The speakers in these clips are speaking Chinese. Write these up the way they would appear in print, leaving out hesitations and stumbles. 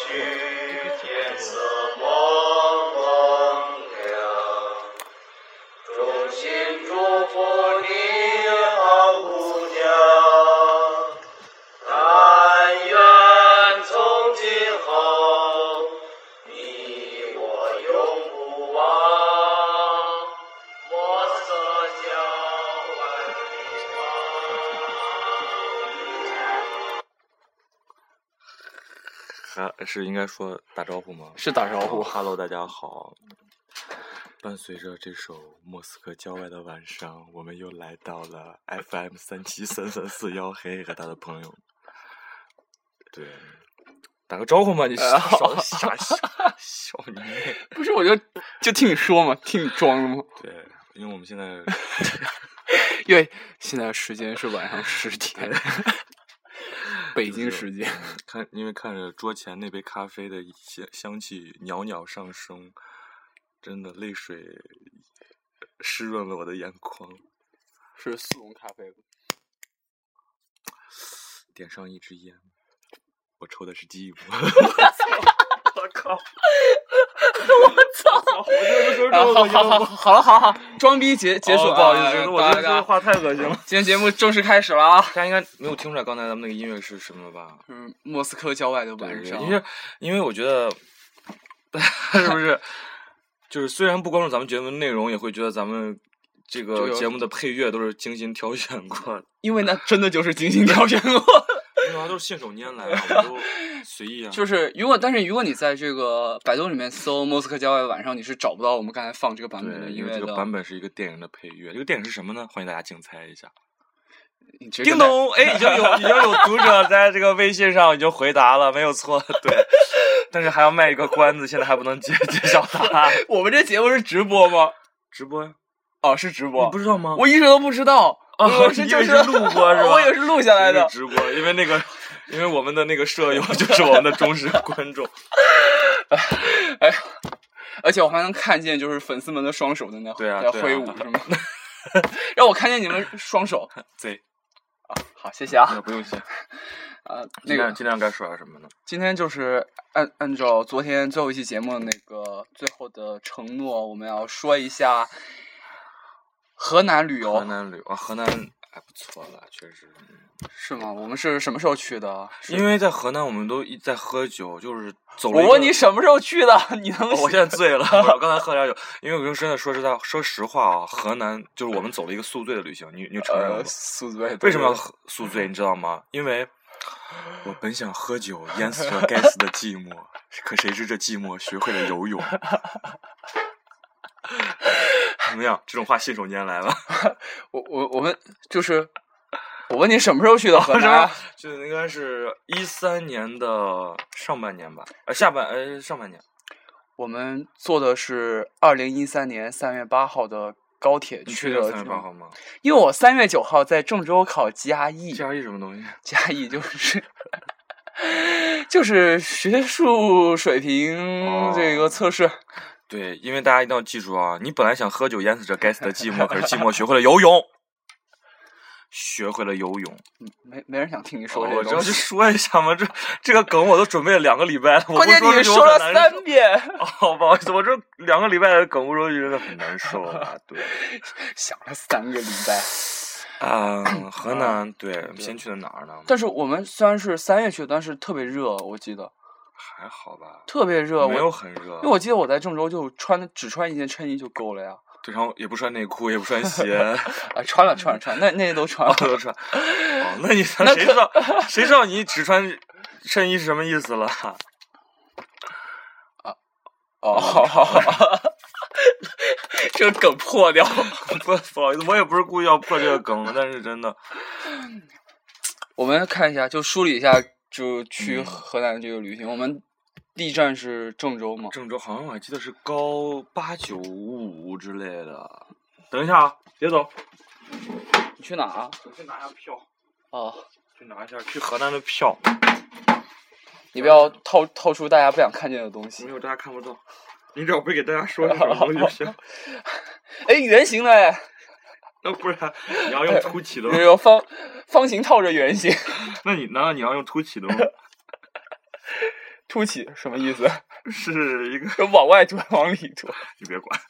天色蒙蒙亮，衷心祝福你好姑娘，但愿从今后你我永不忘莫斯科郊外的地方。 是应该说打招呼吗？ 是打招呼。 Hello， 大家好。伴随着这首《莫斯科郊外的晚上》，我们又来到了 FM 37334黑和他的朋友。对，打个招呼嘛，你傻笑你妹！ 不是，我就听你说嘛，听你装的嘛。 对，因为我们现在， 因为现在时间是晚上10点。北京时间， 因为看着桌前那杯咖啡的香气袅袅上升，真的泪水湿润了我的眼眶。 是速溶咖啡。 点上一支烟，我抽的是寂寞。 我靠！我操！好，装逼结束， 不好意思，我觉得这个话太恶心了。 今天节目正式开始了啊！ 大家应该没有听出来刚才咱们那个音乐是什么吧？ 莫斯科郊外的晚上。 因为我觉得，是不是？就是虽然不关注咱们节目内容，也会觉得咱们这个节目的配乐都是精心挑选过的。 因为那真的就是精心挑选过的。 因为都是信手拈来，我都随意啊。 就是但是如果你在这个百度里面搜莫斯科郊外的晚上，你是找不到我们刚才放这个版本的音乐的。 这个版本是一个电影的配乐，这个电影是什么呢？欢迎大家竞猜一下。 叮咚！哎，已经有读者在这个微信上已经回答了，没有错，对。但是还要卖一个关子，现在还不能揭晓答案。 我们这节目是直播吗？ 直播呀。 哦，是直播。 你不知道吗？ 我一直都不知道。 我是录播是吧？ 我也是录下来的。 直播，因为我们的那个舍友就是我们的忠实观众。 哎，而且我还能看见就是粉丝们的双手在那在挥舞，是吗？让我看见你们双手。 对。 啊，好，谢谢啊。 不用谢。 那个今天该说点什么呢？ 今天就是按照昨天最后一期节目的那个最后的承诺，我们要说一下河南旅游。 河南还不错了，确实。 是吗？我们是什么时候去的？ 因为在河南我们都在喝酒，就是走了。 我问你什么时候去的？你能？ 我现在醉了，我刚才喝点酒。因为我真的说实话啊，河南就是我们走了一个宿醉的旅行，你承认吗？ 宿醉。 为什么要宿醉？你知道吗？因为我本想喝酒淹死这该死的寂寞，可谁知这寂寞学会了游泳。怎么样？这种话信手拈来吧？ 我们就是，我问你什么时候去的河南？ 就应该是13年的上半年吧，上半年。 我们坐的是2013年3月8号的高铁去的。 3月8号吗？ 因为我3月9号在郑州考加艺。 加艺什么东西？ 加艺就是学术水平这个测试。 对，因为大家一定要记住啊，你本来想喝酒淹死这该死的寂寞，可是寂寞学会了游泳。学会了游泳。 没人想听你说这个。 我只要去说一下嘛，这个梗我都准备了2个礼拜了。 关键你说了3遍。 哦，不好意思，我这2个礼拜的梗不说真的很难受啊。对， 想了3个礼拜。 河南对，先去的哪儿呢？ 但是我们虽然是3月去的，但是特别热，我记得。 还好吧。 特别热。 没有很热。 因为我记得我在郑州就只穿一件衬衣就够了呀。 对，然后也不穿内裤，也不穿鞋。 穿了，那些都穿了。 都穿。哦，那谁知道你只穿衬衣是什么意思了？ 这个梗破掉。 不好意思，我也不是故意要破这个梗的，但是真的。 我们看一下，就梳理一下，就去河南这个旅行。我们第一站是郑州嘛？ 郑州好像我还记得是高895之类的。等一下啊，别走。 你去哪啊？ 我去拿一下票。 哦。 去拿一下去河南的票。 你不要掏出大家不想看见的东西。 没有，大家看不到。你只要不给大家说什么东西就行。 哎，圆形的哎。 那不然你要用凸起的吗？ 有方形套着圆形。 难道你要用凸起的吗？ 凸起什么意思？ 是一个往外凸，往里凸。 你别管。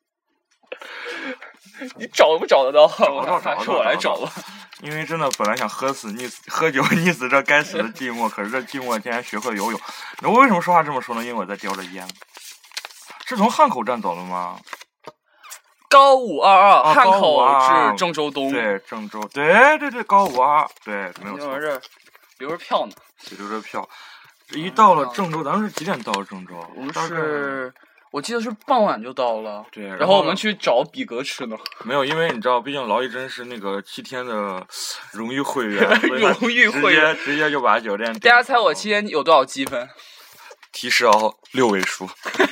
你找不找得到？ 找是我来找吧。 因为真的本来想喝酒溺死这该死的寂寞，可是这寂寞竟然学会游泳。那我为什么说话这么说呢？因为我在叼着烟。是从汉口站走的吗？ 高522，汉口至郑州东。 对，郑州，对，高522，对，没有错。 留着票呢。 留着票。一到了郑州，咱们是几点到的郑州？ 我们是。我记得是傍晚就到了， 对， 然后我们去找比格吃呢。 没有，因为你知道，毕竟劳一真是那个7天的荣誉会员， 荣誉会员直接就把酒店。 大家猜我7天有多少积分？ 提示哦，6位数。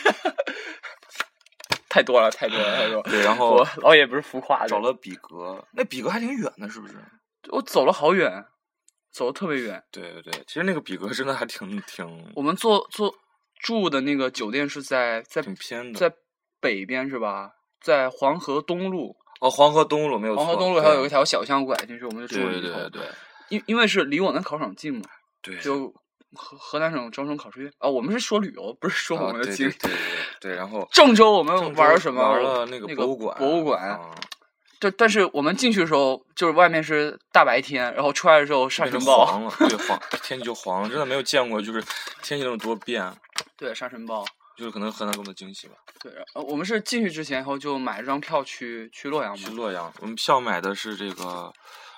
太多了。 对，然后我老也不是浮夸的。 找了比格，那比格还挺远的，是不是？ 我走了好远，走了特别远。 对，其实那个比格真的还挺。 我们住的那个酒店是在挺偏的， 在北边是吧？在黄河东路。 哦，黄河东路没有错。 黄河东路还有一条小巷拐进去，我们就住了里头。 对。 因为是离我们考场近嘛。 对。 就河南省招生考试院啊，我们是说旅游，不是说我们的经历。 对，然后郑州我们玩了什么？ 玩了那个博物馆。 对，但是我们进去的时候，就是外面是大白天，然后出来的时候沙尘暴。 黄了，对，天气就黄了，真的没有见过，就是天气那么多变。 对，沙尘暴。 就是可能河南给我们的惊喜吧。 对，我们是进去之前，然后就买了张票去洛阳嘛。 去洛阳，我们票买的是这个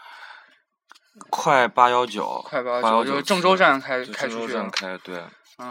快819。 快819，就是郑州站开出去。 郑州站开，对。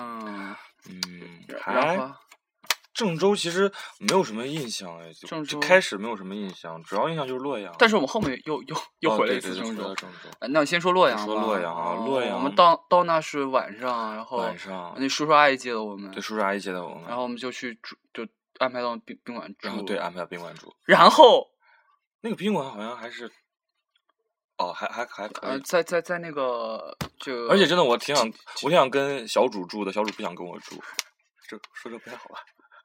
然后。 郑州其实没有什么印象哎，就开始没有什么印象，主要印象就是洛阳。 但是我们后面又回了一次郑州。那先说洛阳吧。 说洛阳啊，洛阳。 我们到那是晚上，然后那叔叔阿姨接了我们。 对，叔叔阿姨接的我们。 然后我们就去就安排到宾馆住。 然后对，安排到宾馆住。 然后那个宾馆好像还是。哦，还可以。 在那个就。 而且真的，我挺想跟小主住的，小主不想跟我住，这说这不太好吧？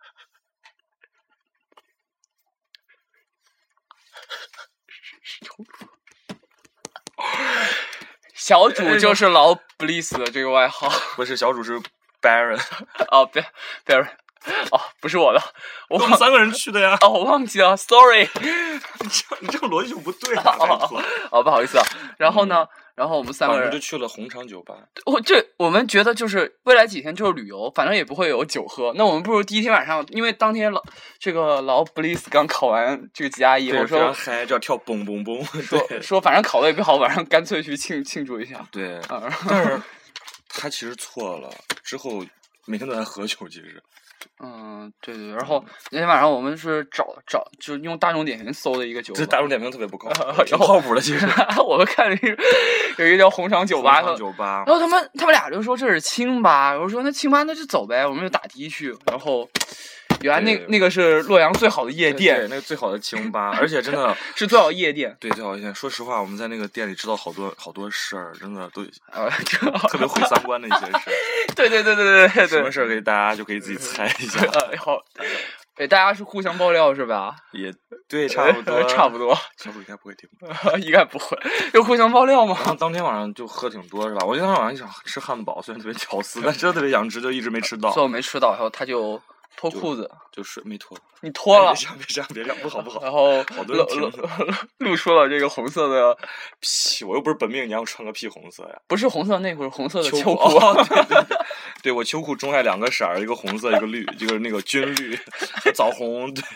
小主就是老 Bliss 的这个外号。 不是，小主是 Baron。 哦，Baron。哦，不是我的， 我们3个人去的呀。 哦，我忘记了 ，sorry。 你这个逻辑就不对啊。哦，不好意思啊。然后呢？然后我们3个人就去了红场酒吧。 我们觉得就是未来几天就是旅游，反正也不会有酒喝。那我们不如第一天晚上，因为当天老 Bliss 刚考完这个GRE，我说嗨就要跳蹦蹦蹦， 说反正考的也不好，晚上干脆去庆祝一下。 对，但是他其实错了，之后每天都在喝酒，其实。 对，然后那天晚上我们是找，就是用大众点评搜的一个酒吧。 这大众点评特别不靠谱，挺靠谱的其实。 我们看有一个叫红场酒吧， 然后他们俩就说这是清吧，我说那清吧那就走呗，我们就打的去，然后。原来那个是洛阳最好的夜店， 对，那个最好的清吧，而且真的是最好的夜店， 对，最好的夜店。说实话，我们在那个店里知道好多事儿，真的都特别毁三观的一些事。 对， 什么事儿给大家就可以自己猜一下。 好，大家是互相爆料是吧？ 也对，差不多。小主应该不会听， 应该不会，就互相爆料嘛。 然后当天晚上就喝挺多是吧？我今天晚上想吃汉堡，虽然特别屌丝，但真的特别想吃，就一直没吃到。 最后没吃到，然后他就。脱裤子就是没脱， 你脱了？ 别这样，不好。 然后好多人听露出了这个红色的屁，我又不是本命年，我穿个屁红色呀？ 不是红色内裤，是红色的秋裤。 对，我秋裤中爱2个色儿，一个红色，一个绿，就是那个军绿和枣红，对。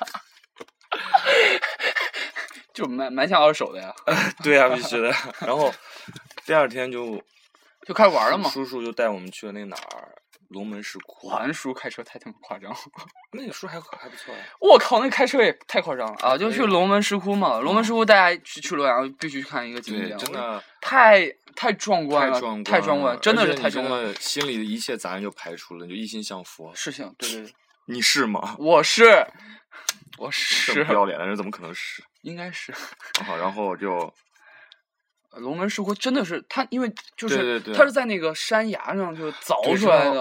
就蛮像2手的呀。 对呀，必须的。然后第2天就开始玩了嘛。 叔叔就带我们去了那哪儿。龙门石窟， 环叔开车太他妈夸张了。 那个叔还不错呀。 我靠，那开车也太夸张了啊！就去龙门石窟嘛，龙门石窟大家去洛阳必须去看一个景点， 真的太壮观了，太壮观，真的是太壮观。心里的一切责任就排除了，你就一心向佛。 是行，对。 你是吗？ 我是。 这么不要脸的人怎么可能是？ 应该是。 好，然后就。 龙门石窟真的是它，因为就是对它是在那个山崖上就凿出来的，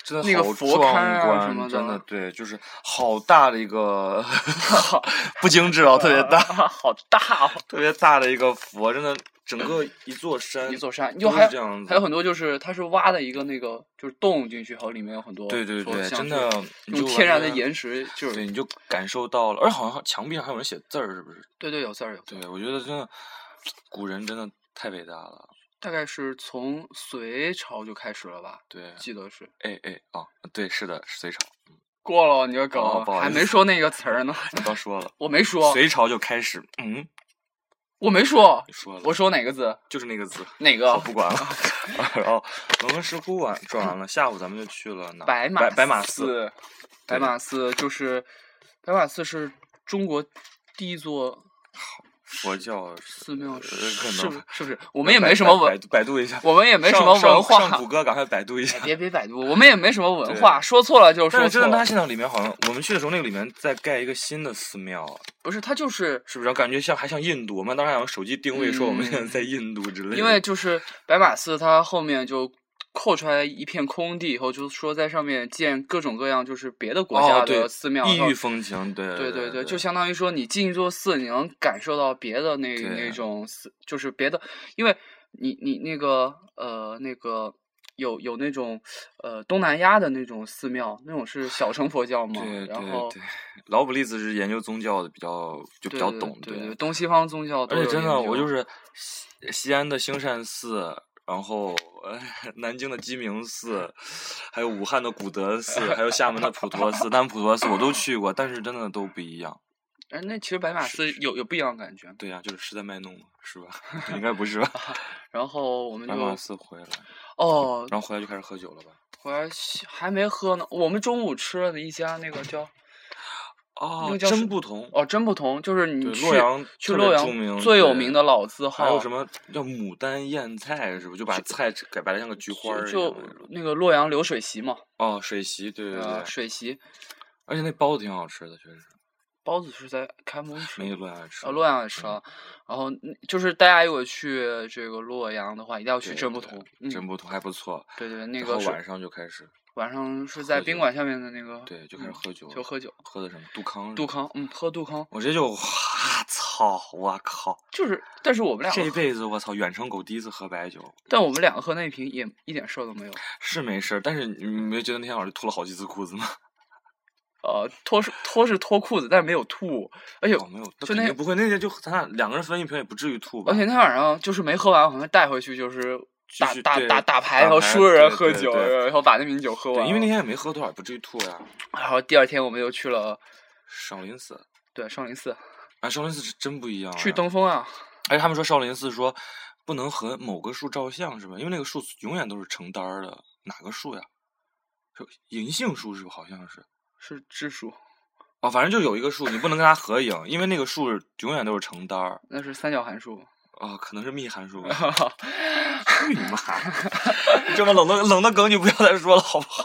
真的那个好壮佛龛啊观， 什么的真的对，就是好大的一个，不精致啊，特别大， 好大哦。 特别大的一个佛，真的整个一座山， 一座山， 都就是还这样子还有很多就是它是挖的一个那个就是洞进去，然后里面有很多对对对， 说像真的是你就用天然的完全岩石，就是对，你就感受到了，而且好像墙壁上还有人写字儿，是不是？ 对对有字儿有字儿。 对，我觉得真的，古人真的太伟大了。 大概是从隋朝就开始了吧？ 对， 记得是哦，对，是的，是隋朝。 过了你个梗， 哦不好意思还没说那个词儿呢。 你刚说了， 我没说， 隋朝就开始， 我没说， 你说了， 我说哪个字？ 就是那个字， 哪个？ 我不管了。然后龙门石窟转完了，下午咱们就去了哪？ 白马寺。白马寺就是白马寺是中国第一座佛教寺庙， 可是能不是？我们也没什么文， 百度一下， 我们也没什么文化。 上谷歌，赶快百度一下。 别百度，我们也没什么文化，说错了就说错了。 但是真的，它现在里面好像我们去的时候，那个里面在盖一个新的寺庙。 不是，它就是是不是感觉还像印度？我们当时还用手机定位说我们现在在印度之类的。 因为就是白马寺，它后面就扩出来一片空地，以后就是说在上面建各种各样就是别的国家的寺庙， 异域风情， 对，就相当于说你进一座寺，你能感受到别的那种寺，就是别的，因为你那个有那种东南亚的那种寺庙，那种是小乘佛教嘛，然后老普利兹是研究宗教的比较懂， 对，东西方宗教都有。 而且真的，我就是西安的兴善寺。然后，南京的鸡鸣寺，还有武汉的古德寺，还有厦门的普陀寺、南普陀寺，我都去过，但是真的都不一样。 那其实白马寺有不一样的感觉。 对呀，就是是在卖弄嘛，是吧？应该不是吧？ 然后我们就白马寺回来。 哦。 然后回来就开始喝酒了吧？ 回来还没喝呢。我们中午吃了的一家那个叫。那个叫真不同真不同，就是你去洛阳最有名的老字号， 还有什么叫牡丹燕菜，是不是？就把菜摆得像个菊花儿一样。 就那个洛阳流水席嘛。 水席，对， 水席。 而且那包子挺好吃的，确实。 包子是在开封吃， 没洛阳吃。 洛阳也吃了。然后就是大家如果去这个洛阳的话，一定要去真不同。 真不同还不错。 对，那个晚上就开始。 晚上是在宾馆下面的那个， 对，就开始喝酒， 就喝酒， 喝的什么杜康， 喝杜康， 我这就我靠， 就是，但是我们俩这辈子我操，远程狗第一次喝白酒， 但我们两个喝那瓶也一点事儿都没有， 是没事，但是你没觉得那天晚上脱了好几次裤子吗？ 脱是脱裤子，但是没有吐，而且没有， 就那不会，那天就咱俩两个人分一瓶也不至于吐吧？ 而且那天晚上就是没喝完，好像带回去就是。打牌，然后输的人喝酒，然后把那瓶酒喝完。 因为那天也没喝多少，不至于吐呀。 然后第二天我们又去了少林寺。 对，少林寺。 少林寺是真不一样。 去登峰啊！ 而且他们说少林寺说不能和某个树照相，是吧？因为那个树永远都是成单的。哪个树呀？银杏树是不是？好像是。 是栀树。 反正就有一个树，你不能跟它合影，因为那个树永远都是成单。 那是三角函数。 可能是密函数吧。你妈！这么冷的梗你不要再说了，好不好？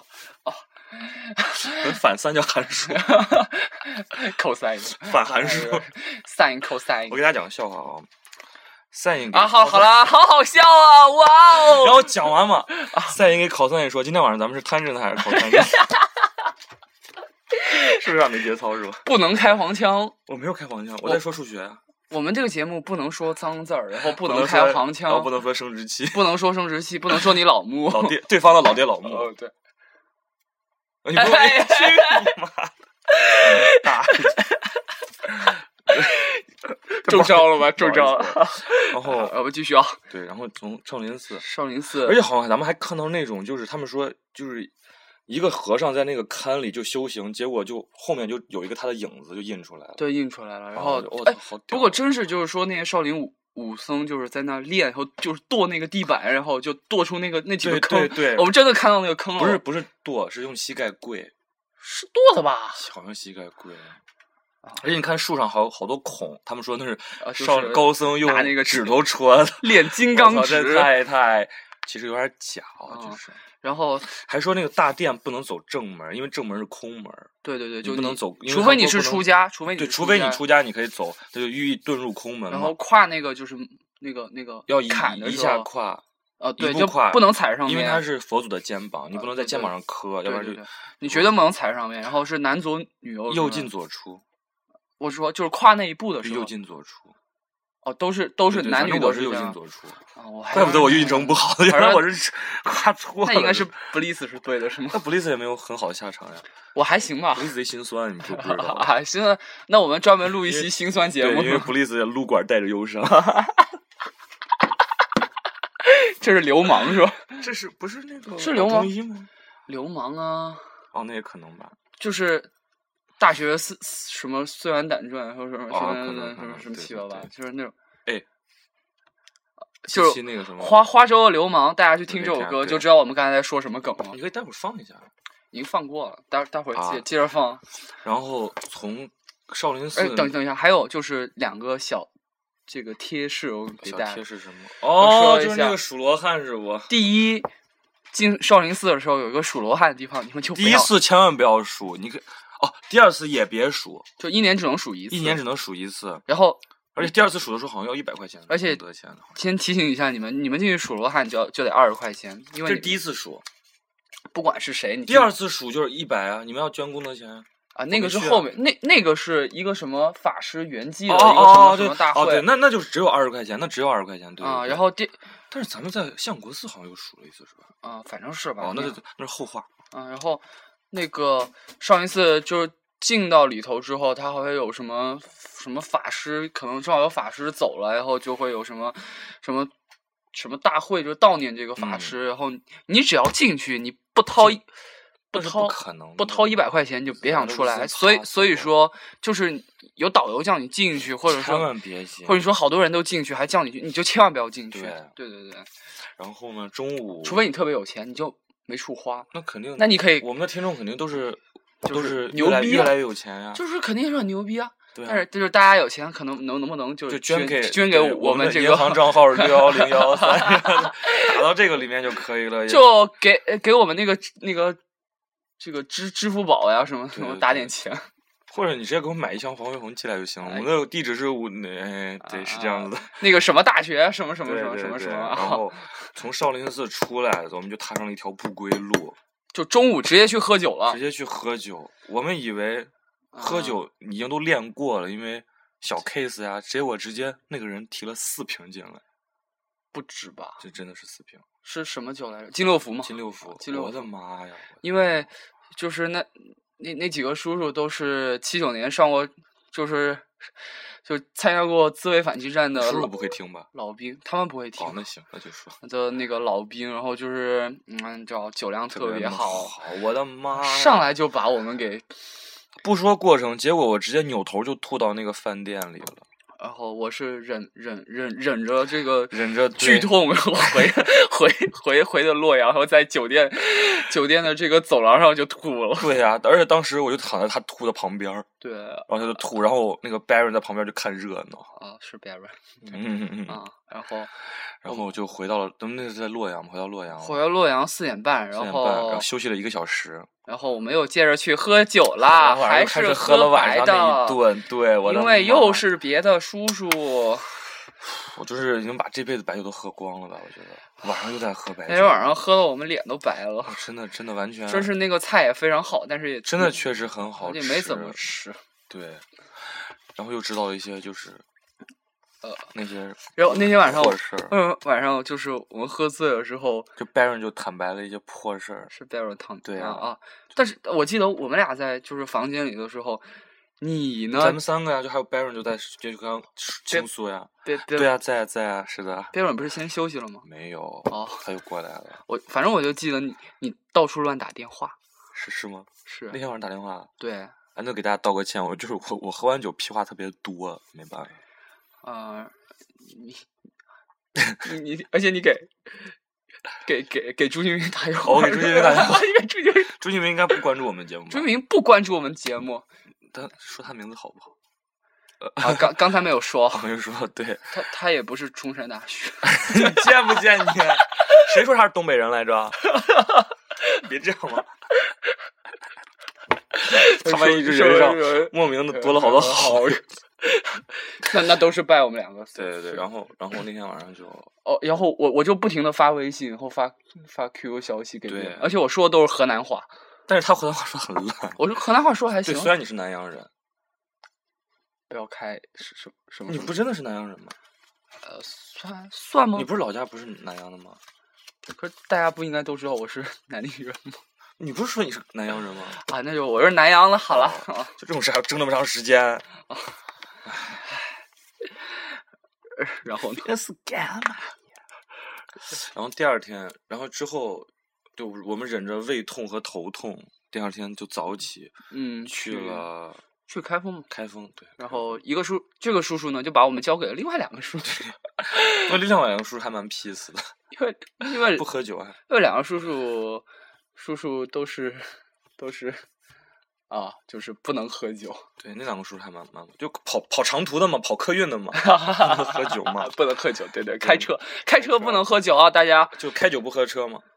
反三角函数。 cosine。 反函数。 sin cosine。 我给大家讲个笑话啊。sin 好了，好好笑啊！哇哦！ 然后讲完嘛，sin 给考3也说，今天晚上咱们是摊着呢还是考摊着？是不是没节操是吧？ 不能开黄腔。 我没有开黄腔，我在说数学啊。 我们这个节目不能说脏字儿，然后不能开黄腔， 不能说生殖器， 不能说生殖器，不能说你老母， 对方的老爹老母。 对。 你不会去你妈的！大。 中招了吧？中招了。 然后我们继续啊。 对，然后从少林寺， 而且好像咱们还看到那种，就是他们说就是一个和尚在那个龛里就修行，结果就后面就有一个他的影子就印出来了。 对，印出来了。然后好不过真是就是说那些少林武僧就是在那练，然后就是跺那个地板，然后就跺出那几个坑。 对， 我们真的看到那个坑了。 不是跺，是用膝盖跪。 是跺的吧？ 好像膝盖跪。而且你看树上好多孔，他们说那是高僧用那个指头戳的， 练金刚指。 这太其实有点假了，就是。 然后还说那个大殿不能走正门，因为正门是空门。 对，就不能走， 除非你是出家，除非你出家，你可以走，他就寓意遁入空门。 然后跨那个就是那个要砍的一下跨， 对，就一步跨不能踩上面， 因为它是佛祖的肩膀，你不能在肩膀上磕，要不然就你绝对不能踩上面。然后是男左女右， 右进左出。 我说就是跨那一步的时候， 右进左出。 哦，都是男女都是右这样进左出。 怪不得我运程不好，原来我是跨错了。 那应该是布利斯是对的，是吗？ 那布利斯也没有很好的下场呀。 我还行吧。 布利斯贼心酸，你不知道啊？行，那我们专门录一期心酸节目。 因为布利斯撸管带着忧伤。 这是流氓是吧？ 这是不是那个是流氓吗？ 流氓啊！ 哦，那也可能吧。 就是大学什么虽然胆战，或者什么什么七八八，就是那种就是那个什么花州的流氓，大家去听这首歌就知道我们刚才在说什么梗了。 你可以待会儿放一下。 已经放过了，待会儿接着放。 然后从少林寺， 等一下，还有就是2个小这个贴士，我给大家。 贴士什么？ 哦， 就是那个数罗汉是不？ 第一，进少林寺的时候有一个数罗汉的地方，你们就不要。 第一次千万不要数，你可第2次也别数， 就1年只能数一次。 1年只能数一次， 然后。 而且第2次数的时候好像要100块钱， 而且得钱的。 先提醒一下你们进去数罗汉就得20块钱，因为这是第1次数， 不管是谁，你第2次数就是100啊！你们要捐功德钱啊。那个是后面那个是一个什么法师圆寂的一个什么大会， 对，那就是只有20块钱，那只有20块钱，对啊。然后但是咱们在相国寺好像又数了一次是吧？ 啊，反正是吧。 那是后话啊。然后那个少林寺就是进到里头之后，它还会有什么法师，可能正好有法师走了，然后就会有什么大会，就悼念这个法师。然后你只要进去，你不掏100块钱，你就别想出来。所以说，就是有导游叫你进去，或者说千万别进， 或者说好多人都进去，还叫你去，你就千万不要进去。对。 然后呢，中午， 除非你特别有钱，你就没处花。 那肯定， 那你可以， 我们的听众肯定都是牛逼， 越来越有钱呀。 就是肯定是很牛逼啊。 对， 但是就是大家有钱，可能能不能就捐给我们这个银行账号61013，打到这个里面就可以了。 就给我们那个这个支付宝呀什么打点钱， 或者你直接给我买1箱黄飞鸿寄来就行了。我们的地址是对，是这样子的。 那个什么大学什么， 然后从少林寺出来，我们就踏上了一条不归路， 就中午直接去喝酒了。 直接去喝酒，我们以为喝酒已经都练过了，因为小 case 呀，结果直接那个人提了4瓶进来， 不止吧？ 这真的是4瓶。是什么酒来着？金六福吗？ 金六福，我的妈呀！ 因为就是那几个叔叔都是79年上过，就参加过自卫反击战的。 叔叔不会听吧？ 老兵，他们不会听。 那行，那就说的那个老兵，然后就是叫酒量特别好。 我的妈！ 上来就把我们给。 不说过程，结果我直接扭头就吐到那个饭店里了。 然后我是忍着这个剧痛回的洛阳，然后在酒店的这个走廊上就吐了。 对呀，而且当时我就躺在他吐的旁边。 对， 然后他就吐，然后那个 Baron 在旁边就看热闹。 是 Baron。 然后就回到了，咱们那是在洛阳，回到洛阳 4点半，然后休息了1个小时。 然后我们又接着去喝酒啦，还是喝了晚上那一顿。对， 因为又是别的叔叔。 我就是已经把这辈子白酒都喝光了吧？我觉得晚上又在喝白酒。 那天晚上喝的我们脸都白了。 真的完全。 真是那个菜也非常好，但是也真的确实很好吃， 也没怎么吃。 对，然后又知道了一些就是那些。 然后那天晚上破事儿。 晚上就是我们喝醉了之后， 就 Baron 就坦白了一些破事儿。 是 Baron 坦白。 对啊。 但是我记得我们俩在就是房间里的时候，你呢？ 咱们3个呀，就还有 Baron 就刚刚倾诉呀。对啊，在啊，是的。 Baron 不是先休息了吗？ 没有。他又过来了。 反正我就记得你到处乱打电话。 是吗？ 是。 那天晚上打电话。 对。 那给大家道个歉，我喝完酒屁话特别多，没办法。你而且你给朱军明打电话。 我给朱军明打电话。 朱军明应该不关注我们节目吧？ 朱军明不关注我们节目。 他说他名字好不好？ 刚才没有说。 没有说，对。 他也不是中山大学。 你见不见你？谁说他是东北人来着？别这样嘛。他们一直人上莫名的多了好多好人。 那都是拜我们两个。 对，然后那天晚上就然后我就不停的发微信，然后发 QQ 消息给别人， 对而且我说的都是河南话。 但是他河南话说很烂。 我说河南话说还行。 对，虽然你是南阳人。 不要开什么？ 你不真的是南阳人吗？ 算吗？ 你不是老家不是南阳的吗？ 可是大家不应该都知道我是南宁人吗？ 你不是说你是南阳人吗？ 啊，那就我是南阳的，好了。 就这种事还要争那么长时间。 然后这是干嘛？然后第二天，然后之后，就我们忍着胃痛和头痛，第二天就早起， 去开封嘛。 开封对。 然后这个叔叔呢，就把我们交给了另外两个叔叔。 那另外两个叔叔还蛮 peace 的， 因为不喝酒啊。 因为两个叔叔都是就是不能喝酒。 对，那两个叔叔还蛮就跑长途的嘛，跑客运的嘛，不能喝酒嘛。 不能喝酒，对，开车不能喝酒啊，大家。 就开酒不喝车嘛。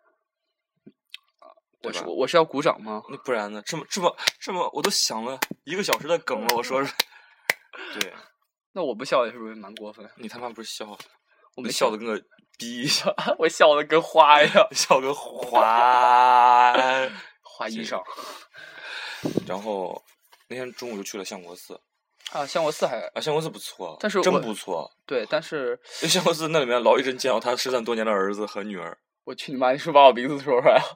我是要鼓掌吗？ 那不然呢？这么，我都想了1个小时的梗了，我说是。对。 那我不笑也是不是蛮过分？ 你他妈不是笑？ 我没笑的跟个逼一样。 我笑的跟花一样。 笑跟花衣裳。 然后那天中午就去了相国寺。 相国寺相国寺不错， 但是真不错。 对，但是相国寺那里面老一真见到他失散多年的儿子和女儿。 我去你妈！你是不是把我名字说出来了？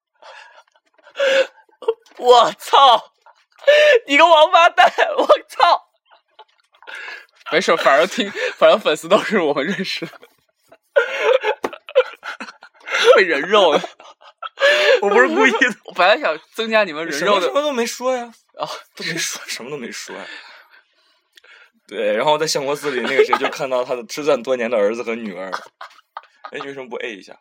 我操！你个王八蛋！我操！没事，反正粉丝都是我们认识的。被人肉了。 我不是故意的。 我本来想增加你们人肉的。 什么都没说呀。都没说，什么都没说呀。对，然后在相国寺里，那个谁就看到他的失散多年的儿子和女儿。哎，你为什么不 A 一下？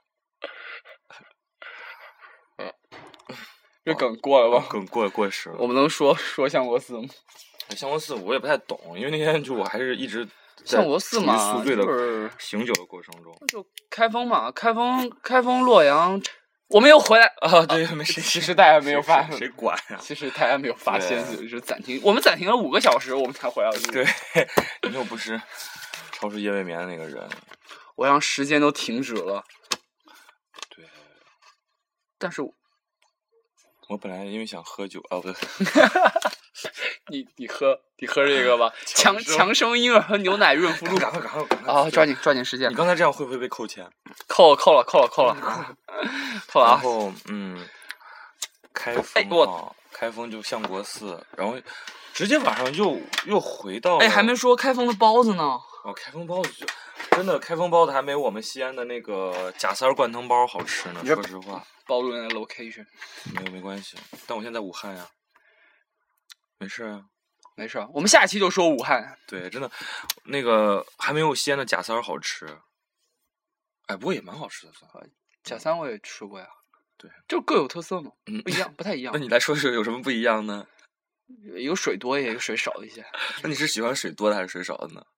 这梗过了吧？ 梗过时了。 我们能说相国寺吗？ 相国寺我也不太懂，因为那天就我还是一直相国寺嘛， 宿醉的醒酒的过程中。 就开封嘛，开封洛阳，我们又回来啊！对，没事。 其实大家没有发现， 谁管呀？ 其实大家没有发现，就是暂停，我们暂停了5个小时，我们才回来。 对，你又不是超出夜未眠的那个人。 我让时间都停止了。 对。 但是。 我本来因为想喝酒不对。 你喝这个吧，强生婴儿和牛奶润肤露。 赶快！ 抓紧时间。 你刚才这样会不会被扣钱？ 扣了啊！ 然后开封就相国寺，然后直接晚上又回到。 还没说开封的包子呢。 开封包子真的，开封包子还没我们西安的那个贾三灌汤包好吃呢。说实话。 暴露那 location。 没关系，但我现在在武汉呀。没事啊。 我们下期就说武汉。 对，真的，那个还没有西安的贾三好吃。不过也蛮好吃的，算。 贾三我也吃过呀。 对， 就各有特色嘛，不一样，不太一样。 那你来说说有什么不一样呢？ 一个水多，一个水少一些。 那你是喜欢水多的还是水少的呢？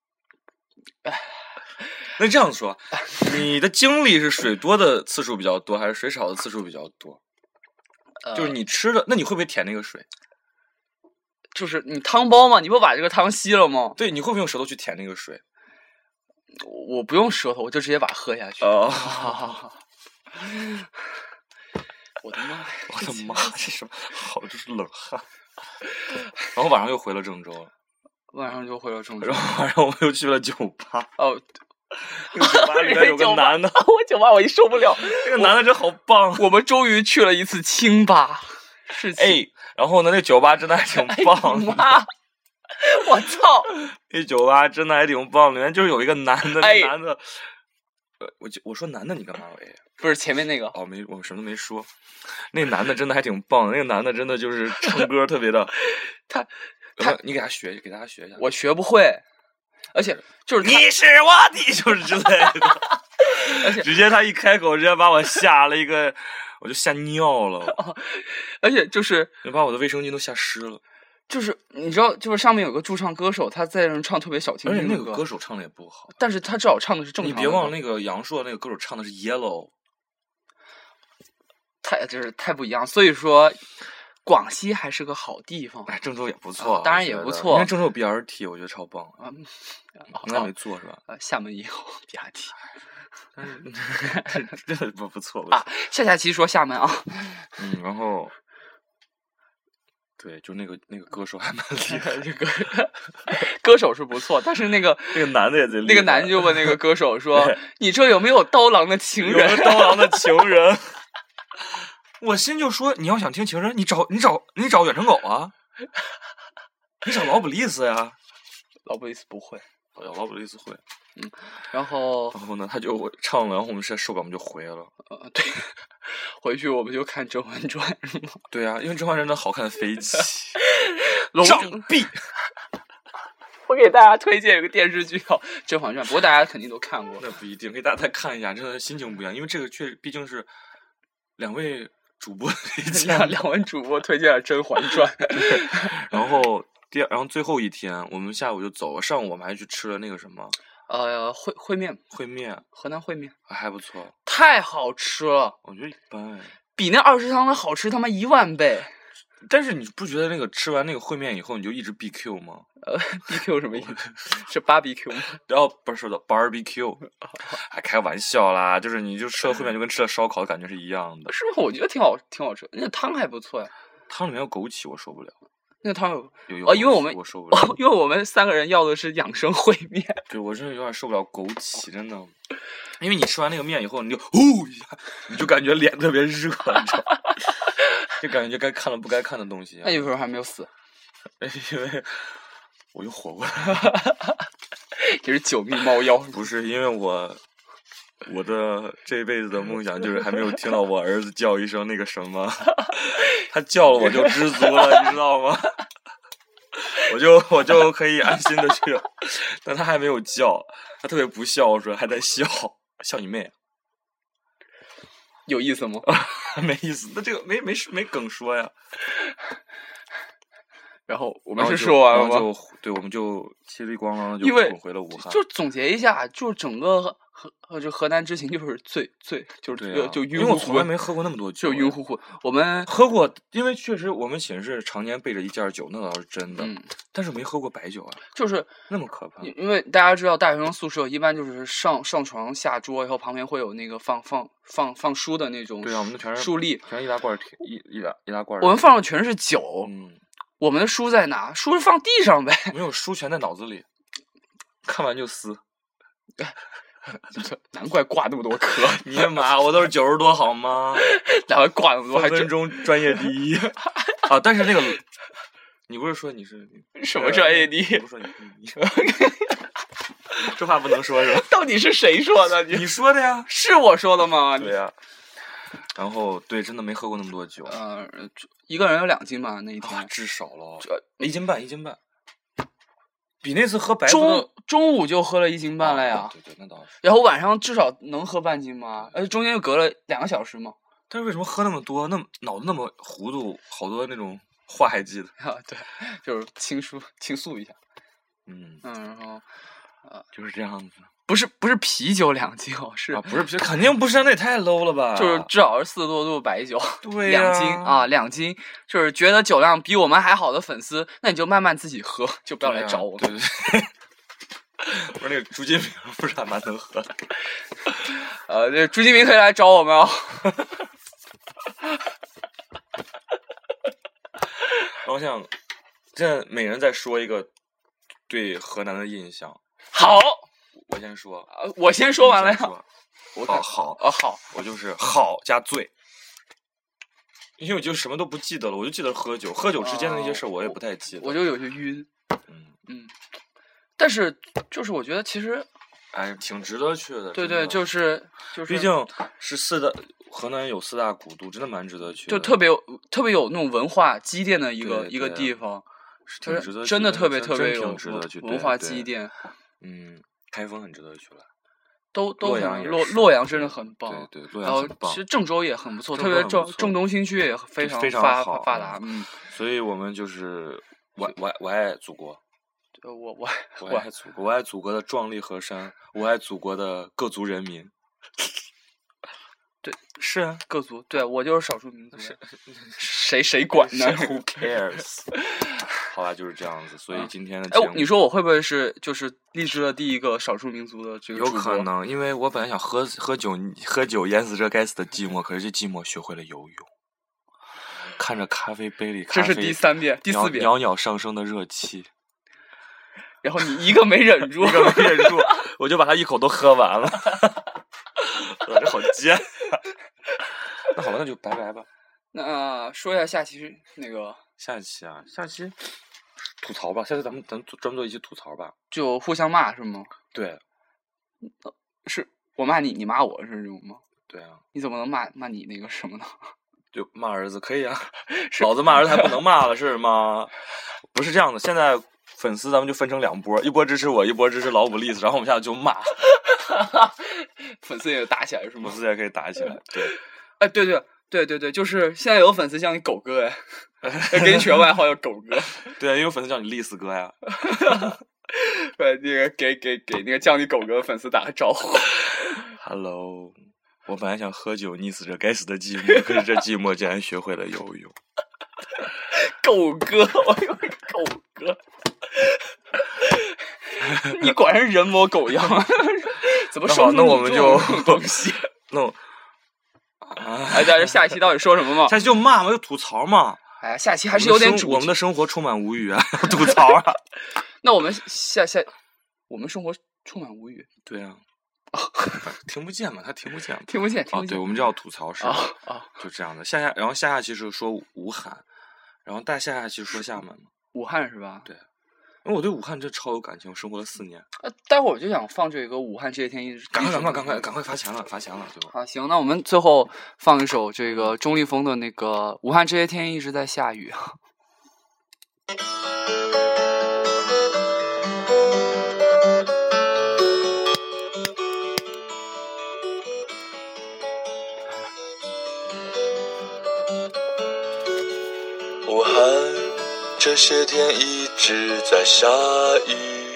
那这样说，你的经历是水多的次数比较多，还是水少的次数比较多？就是你吃的，那你会不会舔那个水？ 就是你汤包嘛，你不把这个汤吸了吗？ 对，你会不会用舌头去舔那个水？ 我不用舌头，我就直接把它喝下去。我的妈！ 这什么？好，就是冷汗。然后晚上又回了郑州了。 然后晚上我又去了酒吧。那个酒吧里面有个男的。 酒吧我一受不了。 那个男的真好棒。 我们终于去了一次清吧。是。 然后呢，那酒吧真的还挺棒的。 妈！我操！ 那酒吧真的还挺棒，里面就是有一个男的，那男的。我说男的你干嘛喂？ 不是前面那个。 我什么都没说。那男的真的还挺棒，那个男的真的就是唱歌特别的。你给大家学一下。 我学不会，而且就是你是我的，就是之类的。而且直接他一开口，直接把我吓了一个，我就吓尿了。 而且就是把我的卫生巾都吓湿了。 就是你知道，就是上面有个驻唱歌手，他在那唱特别小清新。 而且那个歌手唱的也不好， 但是他至少唱的是正常的。 你别忘了那个杨烁那个歌手唱的是 Yellow。 太不一样，所以说。 广西还是个好地方。 郑州也不错， 当然也不错。 因为郑州有 BRT， 我觉得超棒。应该没坐是吧？ 厦门也有 BRT。 真的不错啊！下期说厦门啊。 然后，对，就那个歌手还蛮厉害， 这个歌手是不错，但是那个男的也贼厉害。 那个男的就问那个歌手说：“你这有没有刀郎的情人？” 刀郎的情人。我心就说，你要想听情人，你找远程狗啊，你找劳布利斯呀。 劳布利斯不会。 劳布利斯会。 然后呢，他就唱了，然后我们实在受不了，我们就回了。 对，回去我们就看《甄嬛传》是吗？ 对啊，因为《甄嬛传》真的好看飞起。 张碧。我给大家推荐一个电视剧叫《甄嬛传》，不过大家肯定都看过。 那不一定，给大家再看一下，真的心情不一样，因为这个毕竟是2位主播推荐 ，2位主播推荐了《甄嬛传》。 然后最后一天，我们下午就走了，上午我们还去吃了那个什么。 烩面，河南烩面还不错， 太好吃了。 我觉得一般， 比那20汤的好吃他妈10000倍。 但是你不觉得那个吃完那个烩面以后，你就一直 BQ 吗 ？BQ 什么意思？是 barbecue 吗？ 然后不是说的 barbecue， 还开玩笑啦，就是你就吃了烩面就跟吃了烧烤的感觉是一样的。 是吗？我觉得挺好吃，那个汤还不错呀。 汤里面有枸杞，我受不了。 那个汤有因为我们受不了， 因为我们3个人要的是养生烩面。 对，我真的有点受不了枸杞，真的。因为你吃完那个面以后，你就呼一下，你就感觉脸特别热，你知道吗？就感觉就该看了不该看的东西。 那你为什么还没有死？ 因为我又活过来了。这是9命猫妖。 不是，因为我的这辈子的梦想就是还没有听到我儿子叫一声那个什么，他叫了我就知足了，你知道吗？我就可以安心的去了，但他还没有叫，他特别不孝顺，还在笑你妹， 有意思吗？ 没意思，那这个没梗说呀。 然后我们是说完了吗？ 对，我们就稀里咣啷的就滚回了武汉。 就总结一下，就整个河南之行就是醉，就是就晕乎乎。 因为我从来没喝过那么多酒， 就晕乎乎。我们喝过，因为确实我们寝室常年备着一件酒，那倒是真的。但是没喝过白酒啊， 就是那么可怕。 因为大家知道，大学生宿舍一般就是上床下桌以后，旁边会有那个放书的那种。 对啊，我们全是书立， 全是易拉罐易拉罐。 我们放的全是酒。我们的书在哪？书是放地上呗。 没有，书全在脑子里，看完就撕。 难怪挂那么多科。 你的妈，我都是90多好吗？ 难怪挂那么多， 分分钟专业第一啊！但是那个，你不是说你是什么专业第一？ 不是说你这话不能说是吧？ 到底是谁说的？ 你说的呀？ 是我说的吗？ 对呀。然后对，真的没喝过那么多酒。 一个人有2斤吧，那一天。 至少了，1斤半，1斤半。比那次喝白中午就喝了1斤半了呀。 对，那倒是。 然后晚上至少能喝半斤吗？而且中间又隔了2个小时嘛。 但是为什么喝那么多？脑子那么糊涂，好多那种话还记得。 对，就是倾诉一下。然后就是这样子。 不是啤酒2斤哦，是不是啤酒，肯定不是，那也太 low 了吧？ 就是至少是40多度白酒， 对呀 ，2斤啊，2斤，就是觉得酒量比我们还好的粉丝，那你就慢慢自己喝，就不要来找我。 对。不是那个朱金明，不是还蛮能喝的。 这朱金明可以来找我们哦。 我想，现在每人再说一个对河南的印象。 好。 我先说， 我先说完了呀。 好，我就是好加醉，因为我就什么都不记得了，我就记得喝酒之间的那些事我也不太记得。 我就有些晕。但是就是我觉得其实， 挺值得去的。 对，就是毕竟是河南有4大古都，真的蛮值得去的。 就特别有那种文化积淀的一个地方， 挺值得去的， 真的特别有文化积淀。 开封很值得去了， 都洛阳真的很棒， 对，洛阳很棒。 其实郑州也很不错，特别郑东新区也非常发达。 所以我们就是我爱祖国， 我爱祖国，我爱祖国的壮丽河山，我爱祖国的各族人民。 对， 是啊， 各族，对我就是少数民族，谁管呢 ？Who cares？ 好吧，就是这样子。所以今天的节目， 你说我会不会是就是励志的第一个少数民族的这个主播？ 有可能，因为我本来想喝酒淹死这该死的寂寞，可是这寂寞学会了游泳。看着咖啡杯里， 这是第3遍、第4遍， 袅袅上升的热气， 然后你一个没忍住， 我就把它一口都喝完了。这好贱。那好了，那就拜拜吧。 那说一下下期那个下期吐槽吧，下次咱们专门做一期吐槽吧， 就互相骂是吗？ 对， 是我骂你，你骂我是这种吗？ 对啊。 你怎么能骂你那个什么呢？ 就骂儿子可以啊，老子骂儿子还不能骂了是吗？不是这样的，现在粉丝咱们就分成2波，一波支持我，一波支持老五利斯，然后我们下来就骂。 粉丝也打起来是吗？ 粉丝也可以打起来，对。 哎，对，就是现在有粉丝叫你狗哥哎，给你取个外号叫狗哥。 对啊，也有粉丝叫你利斯哥呀。 对，那个给那个叫你狗哥的粉丝打个招呼。 Hello。我本来想喝酒溺死这该死的寂寞，可是这寂寞竟然学会了游泳。 狗哥，我以为狗哥，你果然是人模狗样啊！怎么说？ 那我们就东西。 那我， 哎，这下一期到底说什么嘛？ 下期就骂嘛，就吐槽嘛。 哎呀，下期还是有点主题。 我们的生活充满无语啊，吐槽啊。 那我们我们生活充满无语。 对啊。听不见嘛，他听不见。 听不见。 对，我们就要吐槽是吧？就这样的。然后下期是说武汉，然后下期说厦门嘛。 武汉是吧？ 对，因为我对武汉这超有感情，我生活了4年。 待会儿我就想放这个武汉这些天一直。 赶快发钱了就。 好，行，那我们最后放一首这个钟立风的那个《武汉这些天一直在下雨》。 武汉这些天一直在下雨，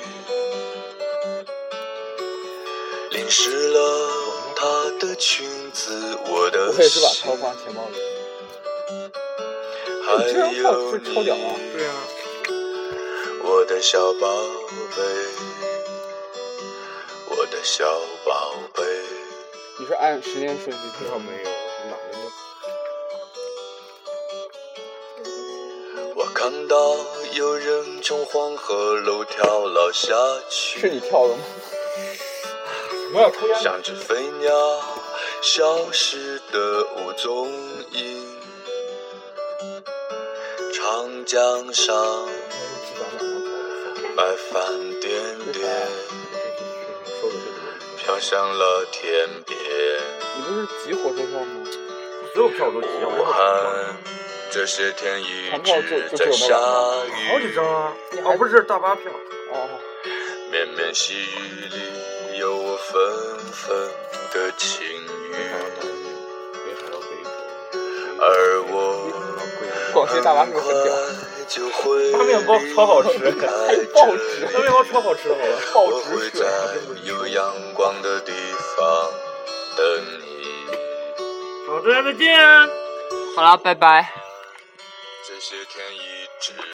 淋湿了她的裙子，我的心。 放钱包里。 还有你， 超屌啊！ 对啊。 我的小宝贝，我的小宝贝。 你是按时间顺序听？ 没有，我是哪来的？ 我看到有人从黄河楼跳了下去， 是你跳的吗？ 我要抽烟。 像只飞鸟消失的无踪影，长江上白帆点点，飘向了天边。 你不是集火车票吗？ 所有票都集。 武汉这些天一直在下雨， 好几张啊！哦，不是大巴票。 哦。 绵绵细雨里有我纷纷的情语，而我广西大巴是不是很屌？ 就会他面包超好吃， 还有报纸， 他面包超好吃的，好吧？ 我会在有阳光的地方等你。 好，大家再见。 好了，拜拜。 这些天一直